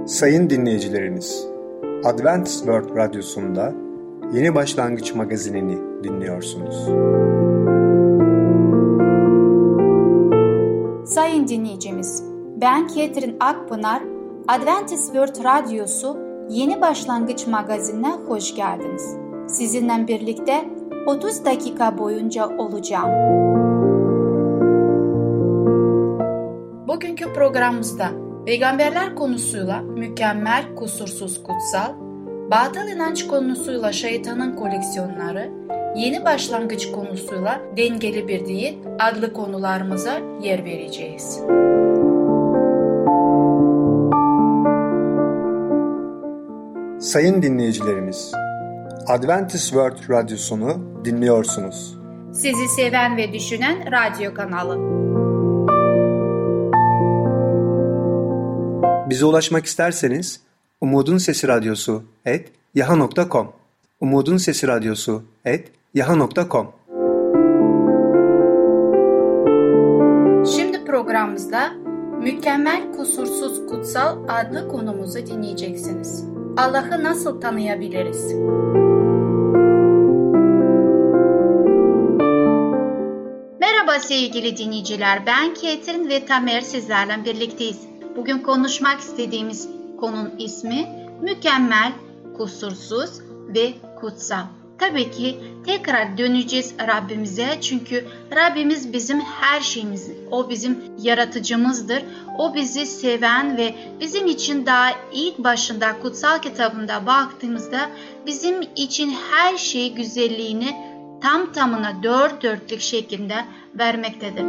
Sayın dinleyicilerimiz, Adventist World Radyosu'nda Yeni Başlangıç Magazinini dinliyorsunuz. Sayın dinleyicimiz, ben Ketrin Akpınar, Adventist World Radyosu Yeni Başlangıç Magazinine hoş geldiniz. Sizinle birlikte 30 dakika boyunca olacağım. Bugünkü programımızda peygamberler konusuyla mükemmel, kusursuz, kutsal, batıl inanç konusuyla şeytanın koleksiyonları, yeni başlangıç konusuyla dengeli bir diyet adlı konularımıza yer vereceğiz. Sayın dinleyicilerimiz, Adventist World Radyosunu dinliyorsunuz. Sizi seven ve düşünen radyo kanalı. Bize ulaşmak isterseniz umudunsesiradyosu@yahoo.com umudunsesiradyosu@yahoo.com. Şimdi programımızda Mükemmel, Kusursuz, Kutsal adlı konumuzu dinleyeceksiniz. Allah'ı nasıl tanıyabiliriz? Merhaba sevgili dinleyiciler, ben Ketrin ve Tamer sizlerle birlikteyiz. Bugün konuşmak istediğimiz konunun ismi mükemmel, kusursuz ve kutsal. Tabii ki tekrar döneceğiz Rabbimize, çünkü Rabbimiz bizim her şeyimiz. O bizim yaratıcımızdır. O bizi seven ve bizim için daha ilk başında kutsal kitabında baktığımızda bizim için her şey güzelliğini tam tamına dört dörtlük şeklinde vermektedir.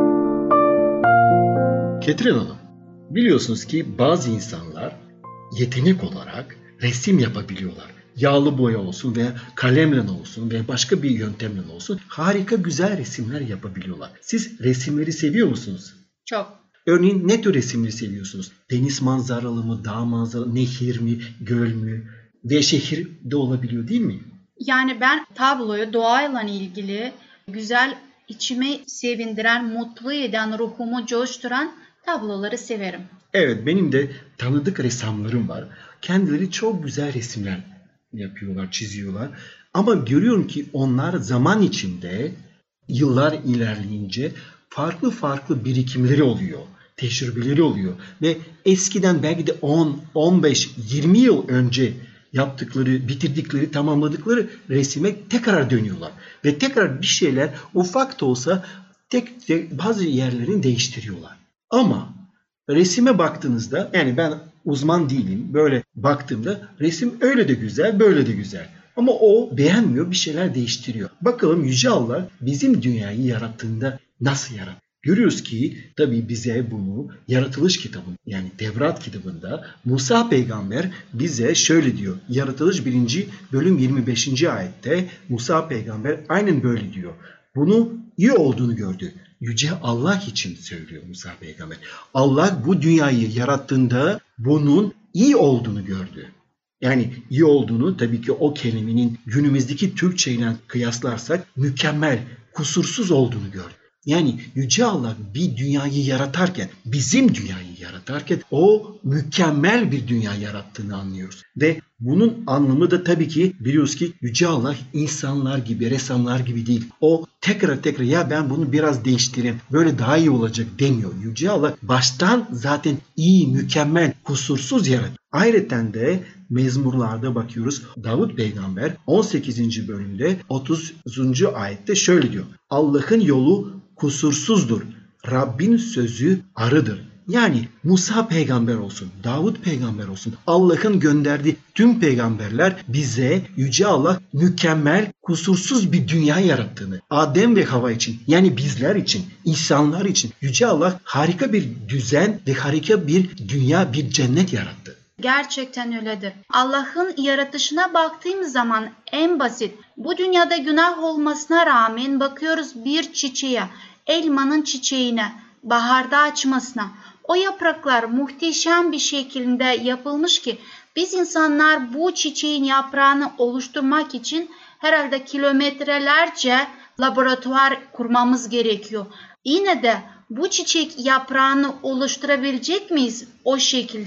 Ketrin Hanım, biliyorsunuz ki bazı insanlar yetenek olarak resim yapabiliyorlar. Yağlı boya olsun veya kalemle olsun veya başka bir yöntemle olsun harika güzel resimler yapabiliyorlar. Siz resimleri seviyor musunuz? Çok. Örneğin ne tür resimleri seviyorsunuz? Deniz manzaralı mı, dağ manzaralı, nehir mi, göl mü ve şehir de olabiliyor değil mi? Yani ben tabloyu doğayla ilgili güzel, içimi sevindiren, mutlu eden, ruhumu coşturan tabloları severim. Evet, benim de tanıdık ressamlarım var. Kendileri çok güzel resimler yapıyorlar, çiziyorlar. Ama görüyorum ki onlar zaman içinde, yıllar ilerleyince farklı farklı birikimleri oluyor, tecrübeleri oluyor. Ve eskiden belki de 10, 15, 20 yıl önce yaptıkları, bitirdikleri, tamamladıkları resime tekrar dönüyorlar. Ve tekrar bir şeyler ufak da olsa tek bazı yerlerini değiştiriyorlar. Ama resime baktığınızda, yani ben uzman değilim, böyle baktığımda resim öyle de güzel, böyle de güzel. Ama o beğenmiyor, bir şeyler değiştiriyor. Bakalım Yüce Allah bizim dünyayı yarattığında nasıl yarattı? Görüyoruz ki tabii bize bunu Yaratılış kitabında, yani Tevrat kitabında Musa peygamber bize şöyle diyor. Yaratılış 1. bölüm 25. ayette Musa peygamber aynen böyle diyor. Bunu iyi olduğunu gördü. Yüce Allah için söylüyor Musa peygamber. Allah bu dünyayı yarattığında bunun iyi olduğunu gördü. Yani iyi olduğunu, tabii ki o kelimenin günümüzdeki Türkçe ile kıyaslarsak mükemmel, kusursuz olduğunu gördü. Yani Yüce Allah bir dünyayı yaratarken, bizim dünyayı yaratarken o mükemmel bir dünya yarattığını anlıyoruz. Ve bunun anlamı da tabii ki biliyoruz ki Yüce Allah insanlar gibi, ressamlar gibi değil. O tekrar ya ben bunu biraz değiştireyim, böyle daha iyi olacak demiyor. Yüce Allah baştan zaten iyi, mükemmel, kusursuz yarattı. Ayrıca de Mezmurlarda bakıyoruz. Davut peygamber 18. bölümde 30. ayette şöyle diyor. Allah'ın yolu kusursuzdur. Rabbin sözü arıdır. Yani Musa peygamber olsun, Davut peygamber olsun, Allah'ın gönderdiği tüm peygamberler bize Yüce Allah mükemmel, kusursuz bir dünya yarattığını, Adem ve Hava için, yani bizler için, insanlar için Yüce Allah harika bir düzen ve harika bir dünya, bir cennet yarattı. Gerçekten öyledir. Allah'ın yaratışına baktığımız zaman en basit, bu dünyada günah olmasına rağmen bakıyoruz bir çiçeğe, elmanın çiçeğine, baharda açmasına. O yapraklar muhteşem bir şekilde yapılmış ki biz insanlar bu çiçeğin yaprağını oluşturmak için herhalde kilometrelerce laboratuvar kurmamız gerekiyor. Yine de bu çiçek yaprağını oluşturabilecek miyiz o şekilde?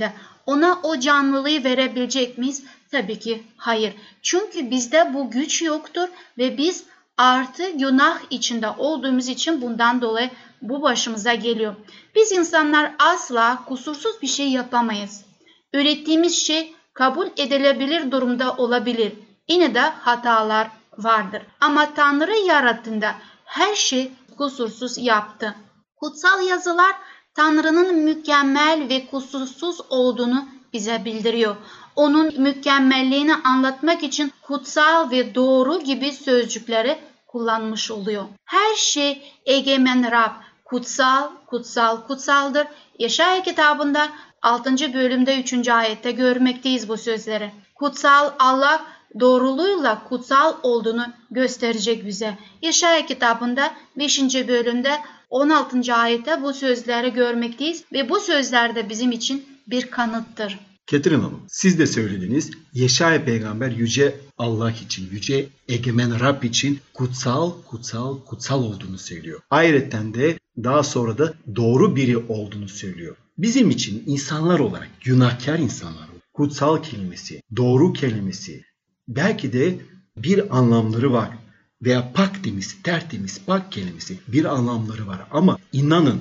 Ona o canlılığı verebilecek miyiz? Tabii ki hayır. Çünkü bizde bu güç yoktur ve biz artı günah içinde olduğumuz için bundan dolayı bu başımıza geliyor. Biz insanlar asla kusursuz bir şey yapamayız. Ürettiğimiz şey kabul edilebilir durumda olabilir. Yine de hatalar vardır. Ama Tanrı yarattığında her şey kusursuz yaptı. Kutsal yazılar Tanrı'nın mükemmel ve kusursuz olduğunu bize bildiriyor. Onun mükemmelliğini anlatmak için kutsal ve doğru gibi sözcükleri kullanmış oluyor. Her şey egemen Rab, kutsal, kutsal, kutsaldır. Yeşaya kitabında 6. bölümde 3. ayette görmekteyiz bu sözleri. Kutsal Allah doğruluğuyla kutsal olduğunu gösterecek bize. Yeşaya kitabında 5. bölümde 16. ayette bu sözleri görmekteyiz ve bu sözler de bizim için bir kanıttır. Ketrin Hanım, siz de söylediniz. Yeşaya peygamber yüce Allah için, yüce egemen Rab için kutsal, kutsal, kutsal olduğunu söylüyor. Ayrıca de daha sonra da doğru biri olduğunu söylüyor. Bizim için insanlar olarak, günahkar insanlar olarak kutsal kelimesi, doğru kelimesi belki de bir anlamları var. Veya pak temiz, tertemiz, pak kelimesi bir anlamları var. Ama inanın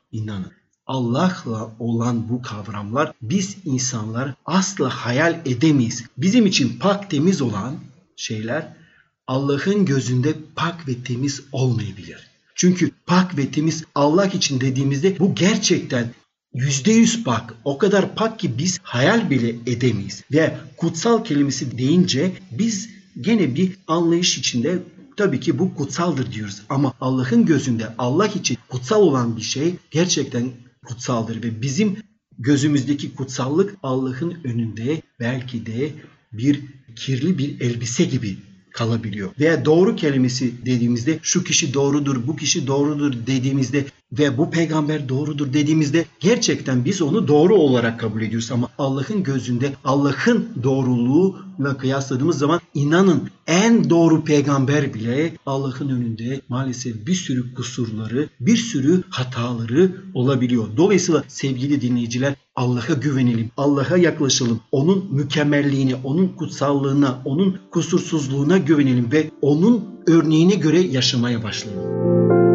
Allah'la olan bu kavramlar biz insanlar asla hayal edemeyiz. Bizim için pak temiz olan şeyler Allah'ın gözünde pak ve temiz olmayabilir. Çünkü pak ve temiz Allah için dediğimizde bu gerçekten %100 pak. O kadar pak ki biz hayal bile edemeyiz. Ve kutsal kelimesi deyince biz gene bir anlayış içinde tabii ki bu kutsaldır diyoruz. Ama Allah'ın gözünde Allah için kutsal olan bir şey gerçekten kutsaldır. Ve bizim gözümüzdeki kutsallık Allah'ın önünde belki de bir kirli bir elbise gibi kalabiliyor. Veya doğru kelimesi dediğimizde şu kişi doğrudur, bu kişi doğrudur dediğimizde ve bu peygamber doğrudur dediğimizde gerçekten biz onu doğru olarak kabul ediyoruz. Ama Allah'ın gözünde Allah'ın doğruluğuyla kıyasladığımız zaman inanın en doğru peygamber bile Allah'ın önünde maalesef bir sürü kusurları, bir sürü hataları olabiliyor. Dolayısıyla sevgili dinleyiciler Allah'a güvenelim, Allah'a yaklaşalım, onun mükemmelliğine, onun kutsallığına, onun kusursuzluğuna güvenelim ve onun örneğine göre yaşamaya başlayalım.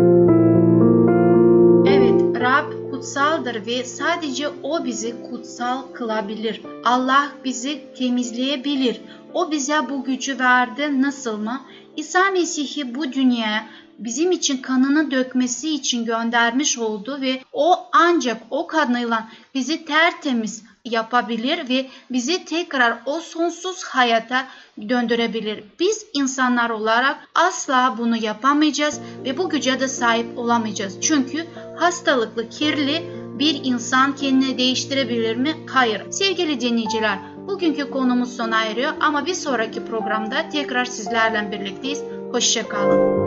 Evet, Rab kutsaldır ve sadece O bizi kutsal kılabilir. Allah bizi temizleyebilir. O bize bu gücü verdi. Nasıl mı? İsa Mesih'i bu dünyaya bizim için kanını dökmesi için göndermiş oldu ve O ancak o kanıyla bizi tertemiz yapabilir ve bizi tekrar o sonsuz hayata döndürebilir. Biz insanlar olarak asla bunu yapamayacağız ve bu güce de sahip olamayacağız. Çünkü hastalıklı, kirli bir insan kendini değiştirebilir mi? Hayır. Sevgili dinleyiciler, bugünkü konumuz sona eriyor ama bir sonraki programda tekrar sizlerle birlikteyiz. Hoşça kalın.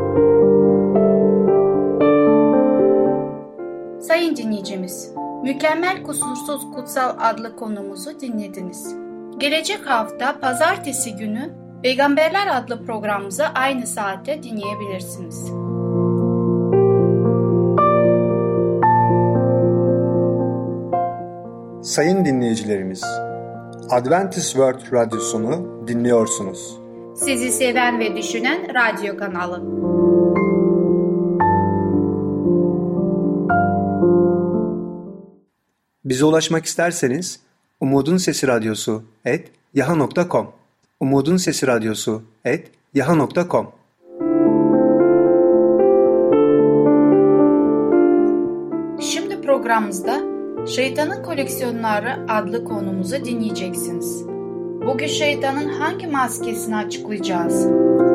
Sayın dinleyicimiz, Mükemmel Kusursuz Kutsal adlı konumuzu dinlediniz. Gelecek hafta pazartesi günü Peygamberler adlı programımızı aynı saatte dinleyebilirsiniz. Sayın dinleyicilerimiz, Adventist World Radyosunu dinliyorsunuz. Sizi seven ve düşünen radyo kanalı. Bize ulaşmak isterseniz umudunsesiradyosu@yahoo.com umudunsesiradyosu@yahoo.com. Şimdi programımızda Şeytanın Koleksiyonları adlı konumuzu dinleyeceksiniz. Bugün şeytanın hangi maskesini açıklayacağız?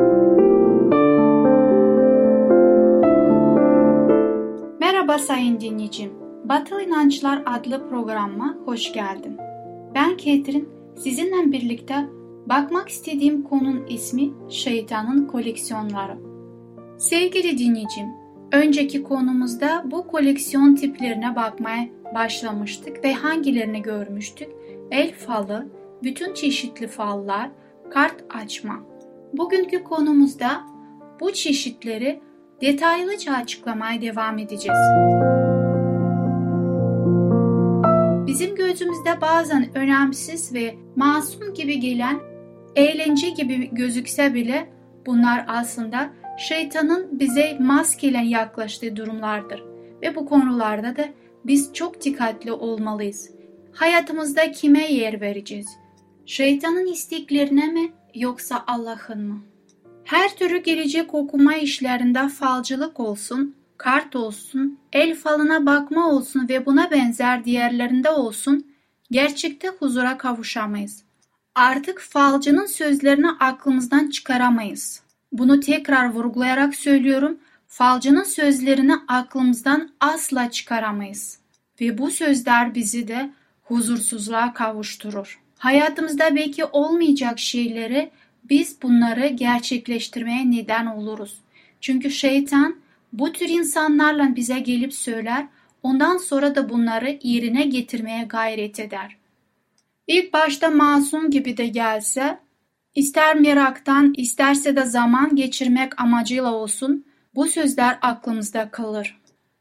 Merhaba sayın dinleyicim. Batıl İnançlar adlı programa hoş geldin. Ben Ketrin, sizinle birlikte bakmak istediğim konunun ismi Şeytanın Koleksiyonları. Sevgili dinleyicim, önceki konumuzda bu koleksiyon tiplerine bakmaya başlamıştık ve hangilerini görmüştük? El falı, bütün çeşitli fallar, kart açma. Bugünkü konumuzda bu çeşitleri detaylıca açıklamaya devam edeceğiz. Bizim gözümüzde bazen önemsiz ve masum gibi gelen, eğlence gibi gözükse bile bunlar aslında şeytanın bize maskeyle yaklaştığı durumlardır. Ve bu konularda da biz çok dikkatli olmalıyız. Hayatımızda kime yer vereceğiz? Şeytanın isteklerine mi yoksa Allah'ın mı? Her türlü gelecek okuma işlerinde falcılık olsun, kart olsun, el falına bakma olsun ve buna benzer diğerlerinde olsun, gerçekte huzura kavuşamayız. Artık falcının sözlerini aklımızdan çıkaramayız. Bunu tekrar vurgulayarak söylüyorum, falcının sözlerini aklımızdan asla çıkaramayız. Ve bu sözler bizi de huzursuzluğa kavuşturur. Hayatımızda belki olmayacak şeyleri biz bunları gerçekleştirmeye neden oluruz. Çünkü şeytan bu tür insanlarla bize gelip söyler, ondan sonra da bunları yerine getirmeye gayret eder. İlk başta masum gibi de gelse, ister meraktan isterse de zaman geçirmek amacıyla olsun, bu sözler aklımızda kalır.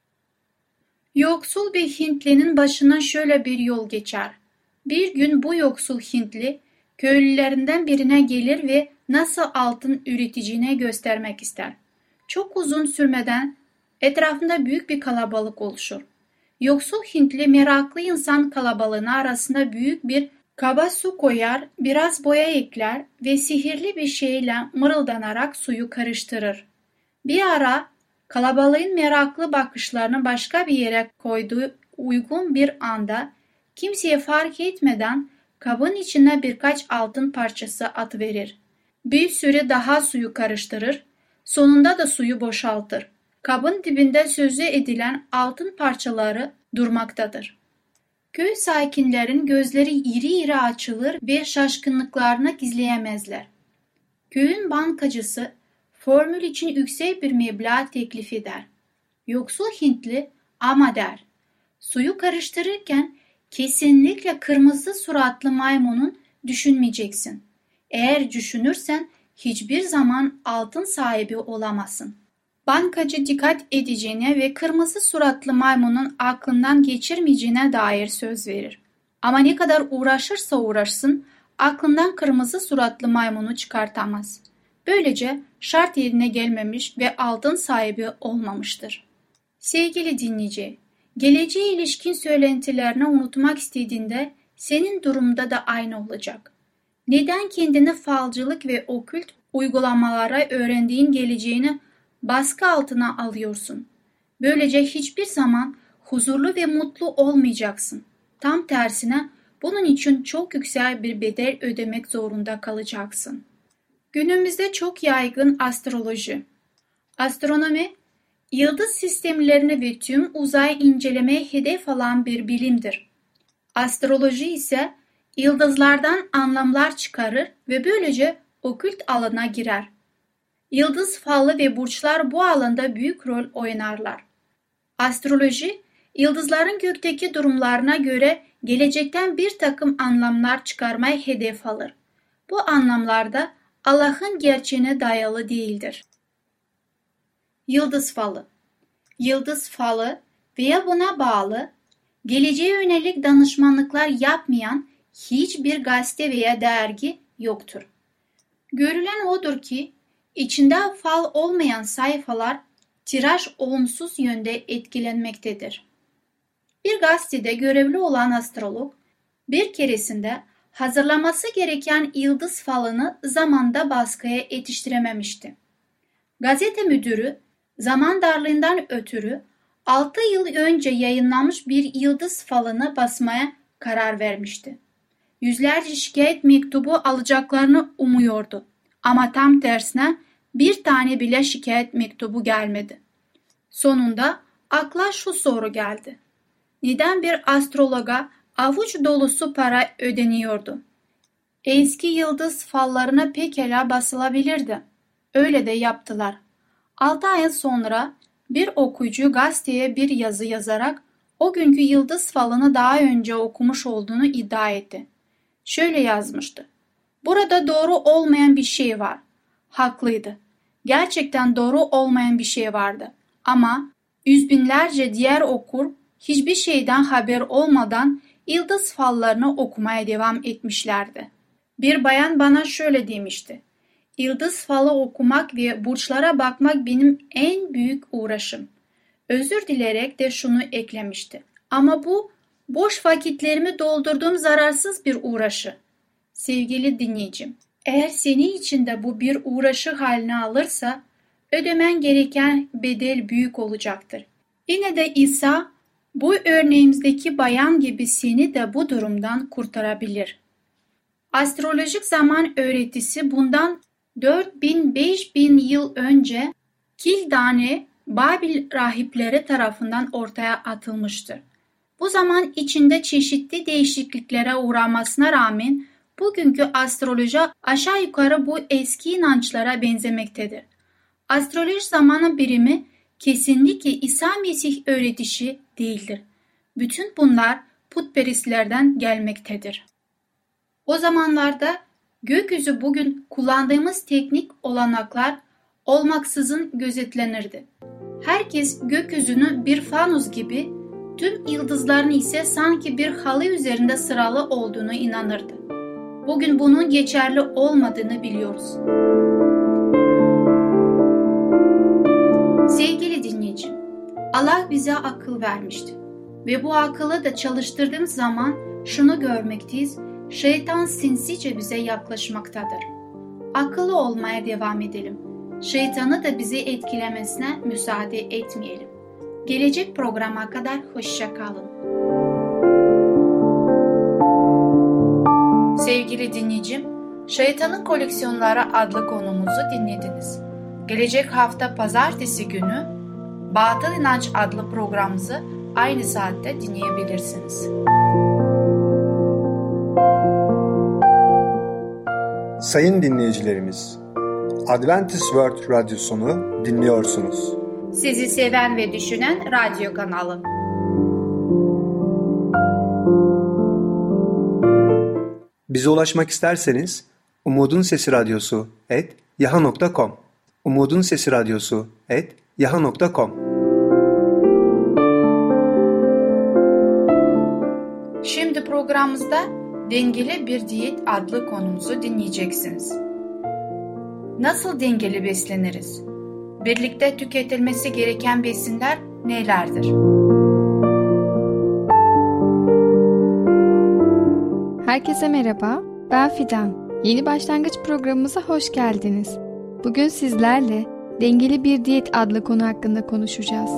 Yoksul bir Hintlinin başına şöyle bir yol geçer. Bir gün bu yoksul Hintli, köylülerinden birine gelir ve nasıl altın üreteceğine göstermek ister. Çok uzun sürmeden etrafında büyük bir kalabalık oluşur. Yoksul Hintli meraklı insan kalabalığına arasında büyük bir kaba su koyar, biraz boya ekler ve sihirli bir şeyle mırıldanarak suyu karıştırır. Bir ara kalabalığın meraklı bakışlarını başka bir yere koyduğu uygun bir anda kimseye fark etmeden kabın içine birkaç altın parçası atıverir. Bir süre daha suyu karıştırır, sonunda da suyu boşaltır. Kabın dibinde sözü edilen altın parçaları durmaktadır. Köy sakinlerin gözleri iri iri açılır ve şaşkınlıklarını gizleyemezler. Köyün bankacısı formül için yüksek bir meblağ teklif eder. Yoksul Hintli ama der. Suyu karıştırırken kesinlikle kırmızı suratlı maymunun düşünmeyeceksin. Eğer düşünürsen hiçbir zaman altın sahibi olamazsın. Bankacı dikkat edeceğine ve kırmızı suratlı maymunun aklından geçirmeyeceğine dair söz verir. Ama ne kadar uğraşırsa uğraşsın aklından kırmızı suratlı maymunu çıkartamaz. Böylece şart yerine gelmemiş ve altın sahibi olmamıştır. Sevgili dinleyici, geleceğe ilişkin söylentilerini unutmak istediğinde senin durumda da aynı olacak. Neden kendini falcılık ve okült uygulamalara öğrendiğin geleceğini baskı altına alıyorsun? Böylece hiçbir zaman huzurlu ve mutlu olmayacaksın. Tam tersine bunun için çok yüksek bir bedel ödemek zorunda kalacaksın. Günümüzde çok yaygın astroloji. Astronomi, yıldız sistemlerini ve tüm uzay incelemeye hedef alan bir bilimdir. Astroloji ise yıldızlardan anlamlar çıkarır ve böylece okült alana girer. Yıldız falı ve burçlar bu alanda büyük rol oynarlar. Astroloji, yıldızların gökteki durumlarına göre gelecekten bir takım anlamlar çıkarmaya hedef alır. Bu anlamlarda Allah'ın gerçeğine dayalı değildir. Yıldız falı. Yıldız falı veya buna bağlı, geleceğe yönelik danışmanlıklar yapmayan hiçbir gazete veya dergi yoktur. Görülen odur ki, içinde fal olmayan sayfalar tiraj olumsuz yönde etkilenmektedir. Bir gazetede görevli olan astrolog, bir keresinde hazırlaması gereken yıldız falını zamanda baskıya yetiştirememişti. Gazete müdürü, zaman darlığından ötürü 6 yıl önce yayınlanmış bir yıldız falını basmaya karar vermişti. Yüzlerce şikayet mektubu alacaklarını umuyordu. Ama tam tersine bir tane bile şikayet mektubu gelmedi. Sonunda akla şu soru geldi. Neden bir astrologa avuç dolusu para ödeniyordu? Eski yıldız fallarına pekala basılabilirdi. Öyle de yaptılar. 6 ay sonra bir okuyucu gazeteye bir yazı yazarak o günkü yıldız falını daha önce okumuş olduğunu iddia etti. Şöyle yazmıştı. Burada doğru olmayan bir şey var. Haklıydı. Gerçekten doğru olmayan bir şey vardı. Ama yüz binlerce diğer okur hiçbir şeyden haber olmadan yıldız fallarını okumaya devam etmişlerdi. Bir bayan bana şöyle demişti: "Yıldız falı okumak ve burçlara bakmak benim en büyük uğraşım." Özür dileyerek de şunu eklemişti: "Ama bu boş vakitlerimi doldurduğum zararsız bir uğraşı." Sevgili dinleyicim, eğer senin için de bu bir uğraşı haline alırsa ödemen gereken bedel büyük olacaktır. Yine de İsa bu örneğimizdeki bayan gibi seni de bu durumdan kurtarabilir. Astrolojik zaman öğretisi bundan 4000-5000 yıl önce Kildane Babil rahipleri tarafından ortaya atılmıştır. Bu zaman içinde çeşitli değişikliklere uğramasına rağmen bugünkü astroloji aşağı yukarı bu eski inançlara benzemektedir. Astroloji zamanı birimi kesinlikle İsa Mesih öğretişi değildir. Bütün bunlar putperestlerden gelmektedir. O zamanlarda gökyüzü bugün kullandığımız teknik olanaklar olmaksızın gözetlenirdi. Herkes gökyüzünü bir fanus gibi, tüm yıldızların ise sanki bir halı üzerinde sıralı olduğunu inanırdı. Bugün bunun geçerli olmadığını biliyoruz. Sevgili dinleyicim, Allah bize akıl vermişti ve bu akıllı da çalıştırdığımız zaman şunu görmekteyiz: şeytan sinsice bize yaklaşmaktadır. Akıllı olmaya devam edelim. Şeytanı da bizi etkilemesine müsaade etmeyelim. Gelecek programa kadar hoşça kalın. Sevgili dinleyicim, Şeytanın Koleksiyonları adlı konumuzu dinlediniz. Gelecek hafta pazartesi günü Batıl İnanç adlı programımızı aynı saatte dinleyebilirsiniz. Sayın dinleyicilerimiz, Adventist World Radyosunu dinliyorsunuz. Sizi seven ve düşünen radyo kanalı. Bize ulaşmak isterseniz umudunsesiradyosu@yahoo.com umudunsesiradyosu@yahoo.com. Şimdi programımızda Dengeli Bir Diyet adlı konumuzu dinleyeceksiniz. Nasıl dengeli besleniriz? Birlikte tüketilmesi gereken besinler nelerdir? Herkese merhaba, ben Fidan. Yeni başlangıç programımıza hoş geldiniz. Bugün sizlerle Dengeli Bir Diyet adlı konu hakkında konuşacağız.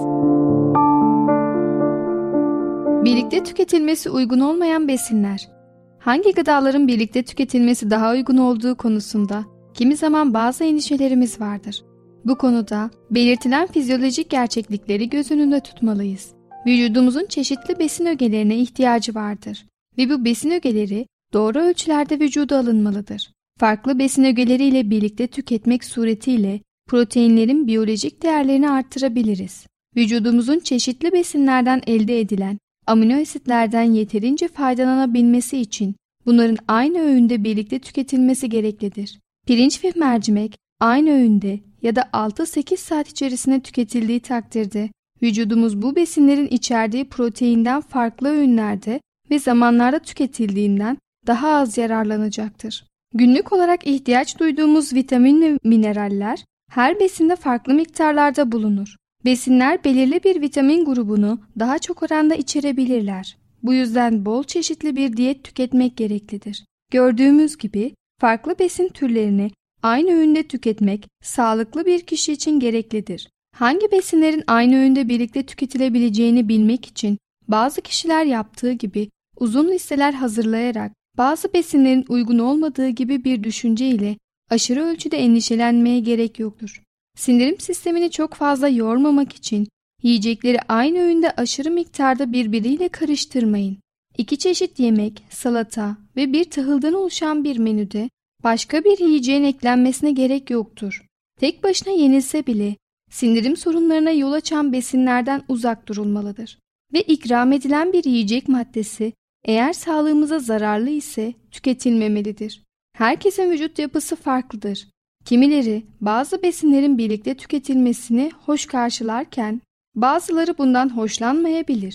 Birlikte tüketilmesi uygun olmayan besinler. Hangi gıdaların birlikte tüketilmesi daha uygun olduğu konusunda kimi zaman bazı endişelerimiz vardır. Bu konuda belirtilen fizyolojik gerçeklikleri göz önünde tutmalıyız. Vücudumuzun çeşitli besin ögelerine ihtiyacı vardır ve bu besin ögeleri doğru ölçülerde vücuda alınmalıdır. Farklı besin ögeleriyle birlikte tüketmek suretiyle proteinlerin biyolojik değerlerini arttırabiliriz. Vücudumuzun çeşitli besinlerden elde edilen amino asitlerden yeterince faydalanabilmesi için bunların aynı öğünde birlikte tüketilmesi gereklidir. Pirinç ve mercimek aynı öğünde ya da 6-8 saat içerisinde tüketildiği takdirde vücudumuz bu besinlerin içerdiği proteinden farklı öğünlerde ve zamanlarda tüketildiğinden daha az yararlanacaktır. Günlük olarak ihtiyaç duyduğumuz vitamin ve mineraller her besinde farklı miktarlarda bulunur. Besinler belirli bir vitamin grubunu daha çok oranda içerebilirler. Bu yüzden bol çeşitli bir diyet tüketmek gereklidir. Gördüğümüz gibi farklı besin türlerini aynı öğünde tüketmek sağlıklı bir kişi için gereklidir. Hangi besinlerin aynı öğünde birlikte tüketilebileceğini bilmek için bazı kişiler yaptığı gibi uzun listeler hazırlayarak bazı besinlerin uygun olmadığı gibi bir düşünce ile aşırı ölçüde endişelenmeye gerek yoktur. Sindirim sistemini çok fazla yormamak için yiyecekleri aynı öğünde aşırı miktarda birbiriyle karıştırmayın. 2 çeşit yemek, salata ve bir tahıldan oluşan bir menüde başka bir yiyeceğin eklenmesine gerek yoktur. Tek başına yenilse bile sindirim sorunlarına yol açan besinlerden uzak durulmalıdır. Ve ikram edilen bir yiyecek maddesi eğer sağlığımıza zararlı ise tüketilmemelidir. Herkesin vücut yapısı farklıdır. Kimileri bazı besinlerin birlikte tüketilmesini hoş karşılarken bazıları bundan hoşlanmayabilir.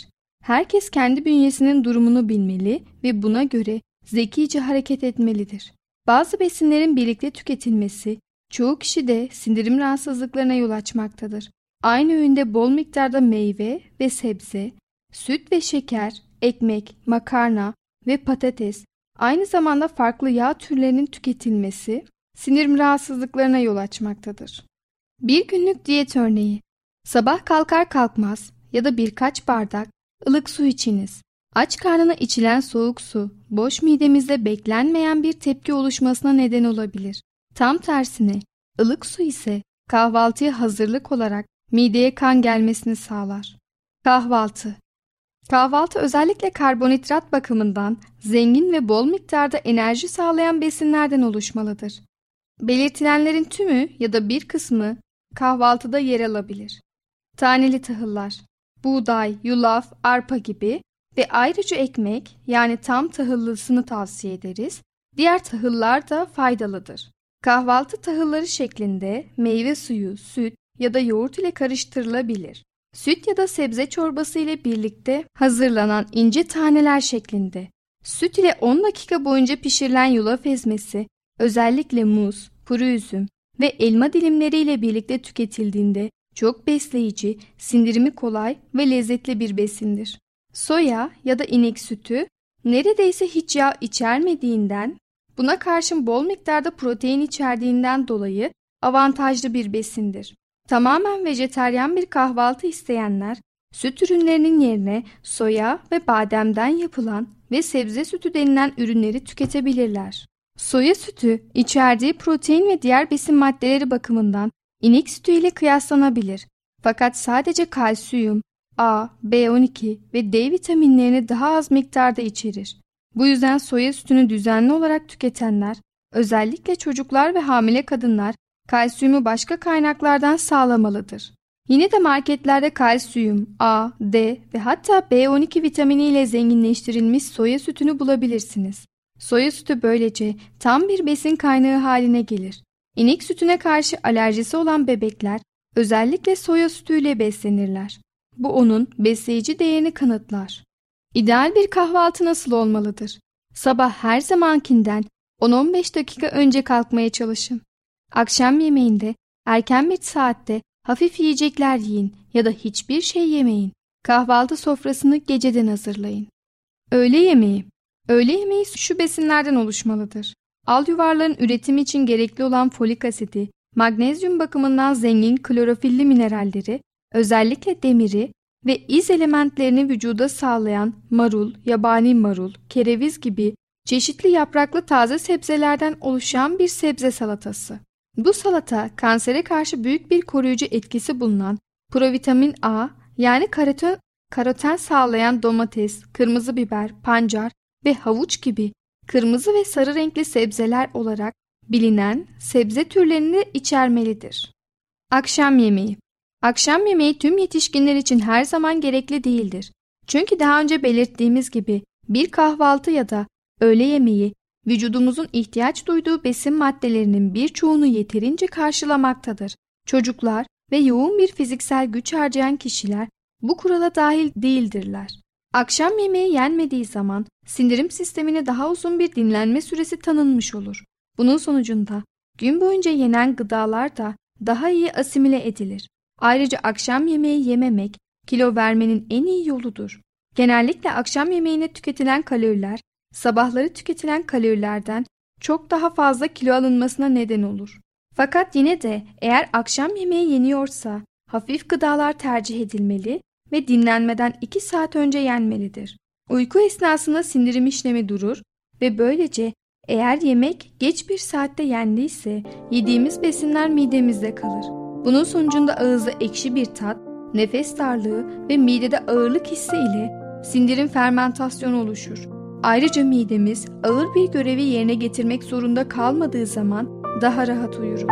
Herkes kendi bünyesinin durumunu bilmeli ve buna göre zekice hareket etmelidir. Bazı besinlerin birlikte tüketilmesi çoğu kişide sindirim rahatsızlıklarına yol açmaktadır. Aynı öğünde bol miktarda meyve ve sebze, süt ve şeker, ekmek, makarna ve patates, aynı zamanda farklı yağ türlerinin tüketilmesi sindirim rahatsızlıklarına yol açmaktadır. Bir günlük diyet örneği: sabah kalkar kalkmaz ya da birkaç bardak ılık su içiniz. Aç karnına içilen soğuk su, boş midemizde beklenmeyen bir tepki oluşmasına neden olabilir. Tam tersine, ılık su ise kahvaltıya hazırlık olarak mideye kan gelmesini sağlar. Kahvaltı. Kahvaltı özellikle karbonhidrat bakımından zengin ve bol miktarda enerji sağlayan besinlerden oluşmalıdır. Belirtilenlerin tümü ya da bir kısmı kahvaltıda yer alabilir. Taneli tahıllar, buğday, yulaf, arpa gibi ve ayrıca ekmek, yani tam tahıllısını tavsiye ederiz. Diğer tahıllar da faydalıdır. Kahvaltı tahılları şeklinde meyve suyu, süt ya da yoğurt ile karıştırılabilir. Süt ya da sebze çorbası ile birlikte hazırlanan ince taneler şeklinde. Süt ile 10 dakika boyunca pişirilen yulaf ezmesi, özellikle muz, kuru üzüm ve elma dilimleriyle birlikte tüketildiğinde çok besleyici, sindirimi kolay ve lezzetli bir besindir. Soya ya da inek sütü neredeyse hiç yağ içermediğinden, buna karşın bol miktarda protein içerdiğinden dolayı avantajlı bir besindir. Tamamen vejetaryen bir kahvaltı isteyenler, süt ürünlerinin yerine soya ve bademden yapılan ve sebze sütü denilen ürünleri tüketebilirler. Soya sütü içerdiği protein ve diğer besin maddeleri bakımından inek sütü ile kıyaslanabilir. Fakat sadece kalsiyum, A, B12 ve D vitaminlerini daha az miktarda içerir. Bu yüzden soya sütünü düzenli olarak tüketenler, özellikle çocuklar ve hamile kadınlar, kalsiyumu başka kaynaklardan sağlamalıdır. Yine de marketlerde kalsiyum, A, D ve hatta B12 vitamini ile zenginleştirilmiş soya sütünü bulabilirsiniz. Soya sütü böylece tam bir besin kaynağı haline gelir. İnek sütüne karşı alerjisi olan bebekler özellikle soya sütüyle beslenirler. Bu onun besleyici değerini kanıtlar. İdeal bir kahvaltı nasıl olmalıdır? Sabah her zamankinden 10-15 dakika önce kalkmaya çalışın. Akşam yemeğinde erken bir saatte hafif yiyecekler yiyin ya da hiçbir şey yemeyin. Kahvaltı sofrasını geceden hazırlayın. Öğle yemeği. Öğle yemeği şu besinlerden oluşmalıdır. Al yuvarların üretimi için gerekli olan folik asidi, magnezyum bakımından zengin klorofilli mineralleri, özellikle demiri ve iz elementlerini vücuda sağlayan marul, yabani marul, kereviz gibi çeşitli yapraklı taze sebzelerden oluşan bir sebze salatası. Bu salata kansere karşı büyük bir koruyucu etkisi bulunan provitamin A, yani karoten sağlayan domates, kırmızı biber, pancar ve havuç gibi kırmızı ve sarı renkli sebzeler olarak bilinen sebze türlerini içermelidir. Akşam yemeği. Akşam yemeği tüm yetişkinler için her zaman gerekli değildir. Çünkü daha önce belirttiğimiz gibi bir kahvaltı ya da öğle yemeği vücudumuzun ihtiyaç duyduğu besin maddelerinin birçoğunu yeterince karşılamaktadır. Çocuklar ve yoğun bir fiziksel güç harcayan kişiler bu kurala dahil değildirler. Akşam yemeği yenmediği zaman sindirim sistemine daha uzun bir dinlenme süresi tanınmış olur. Bunun sonucunda gün boyunca yenen gıdalar da daha iyi asimile edilir. Ayrıca akşam yemeği yememek kilo vermenin en iyi yoludur. Genellikle akşam yemeğine tüketilen kaloriler sabahları tüketilen kalorilerden çok daha fazla kilo alınmasına neden olur. Fakat yine de eğer akşam yemeği yeniyorsa hafif gıdalar tercih edilmeli ve dinlenmeden 2 saat önce yenmelidir. Uyku esnasında sindirim işlemi durur ve böylece eğer yemek geç bir saatte yendiyse yediğimiz besinler midemizde kalır. Bunun sonucunda ağızda ekşi bir tat, nefes darlığı ve midede ağırlık hissi ile sindirim fermentasyonu oluşur. Ayrıca midemiz ağır bir görevi yerine getirmek zorunda kalmadığı zaman daha rahat uyuruz.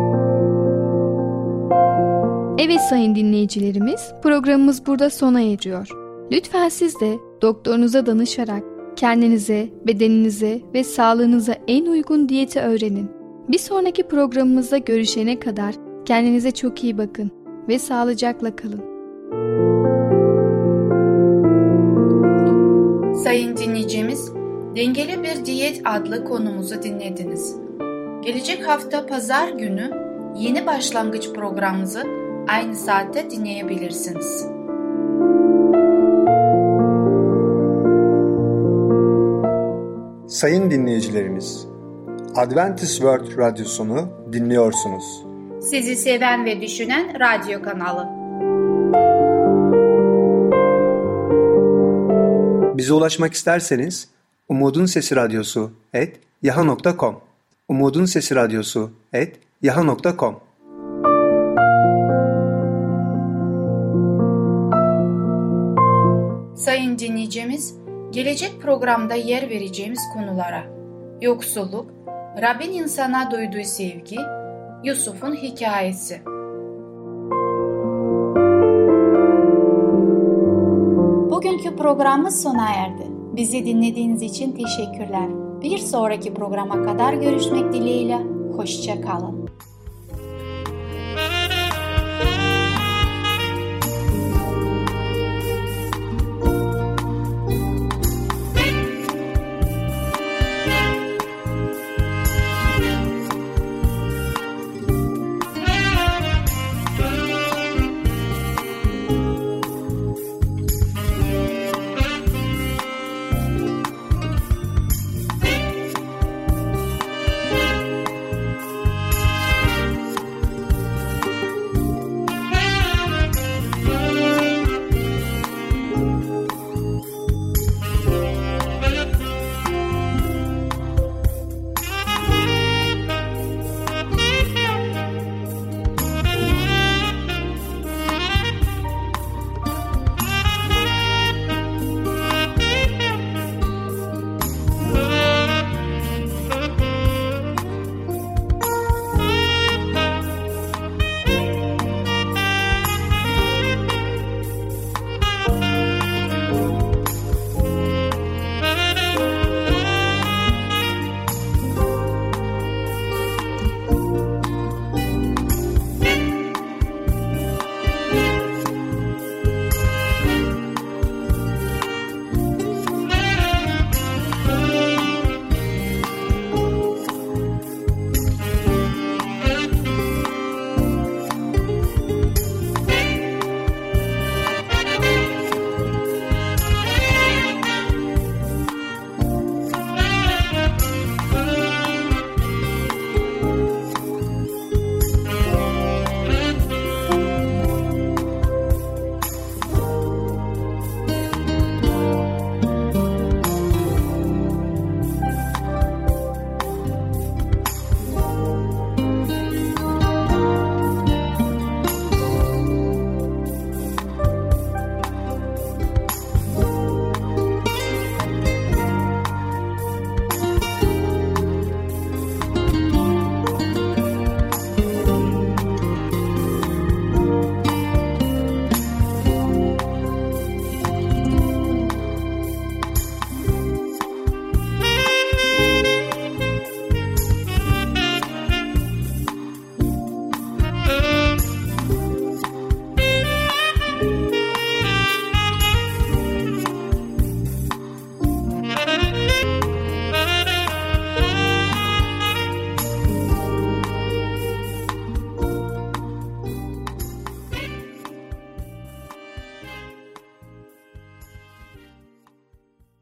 Evet sayın dinleyicilerimiz, programımız burada sona eriyor. Lütfen siz de doktorunuza danışarak kendinize, bedeninize ve sağlığınıza en uygun diyeti öğrenin. Bir sonraki programımızda görüşene kadar kendinize çok iyi bakın ve sağlıcakla kalın. Sayın dinleyicimiz, Dengeli Bir Diyet adlı konumuzu dinlediniz. Gelecek hafta Pazar günü yeni başlangıç programımızı aynı saatte dinleyebilirsiniz. Sayın dinleyicilerimiz, Adventist World Radyosunu dinliyorsunuz. Sizi seven ve düşünen radyo kanalı. Bize ulaşmak isterseniz umudunsesiradyosu@yahoo.com umudunsesiradyosu@yahoo.com. Sayın dinleyicimiz, gelecek programda yer vereceğimiz konulara: yoksulluk, Rabbin insana duyduğu sevgi, Yusuf'un hikayesi. Bugünkü programımız sona erdi. Bizi dinlediğiniz için teşekkürler. Bir sonraki programa kadar görüşmek dileğiyle. Hoşça kalın.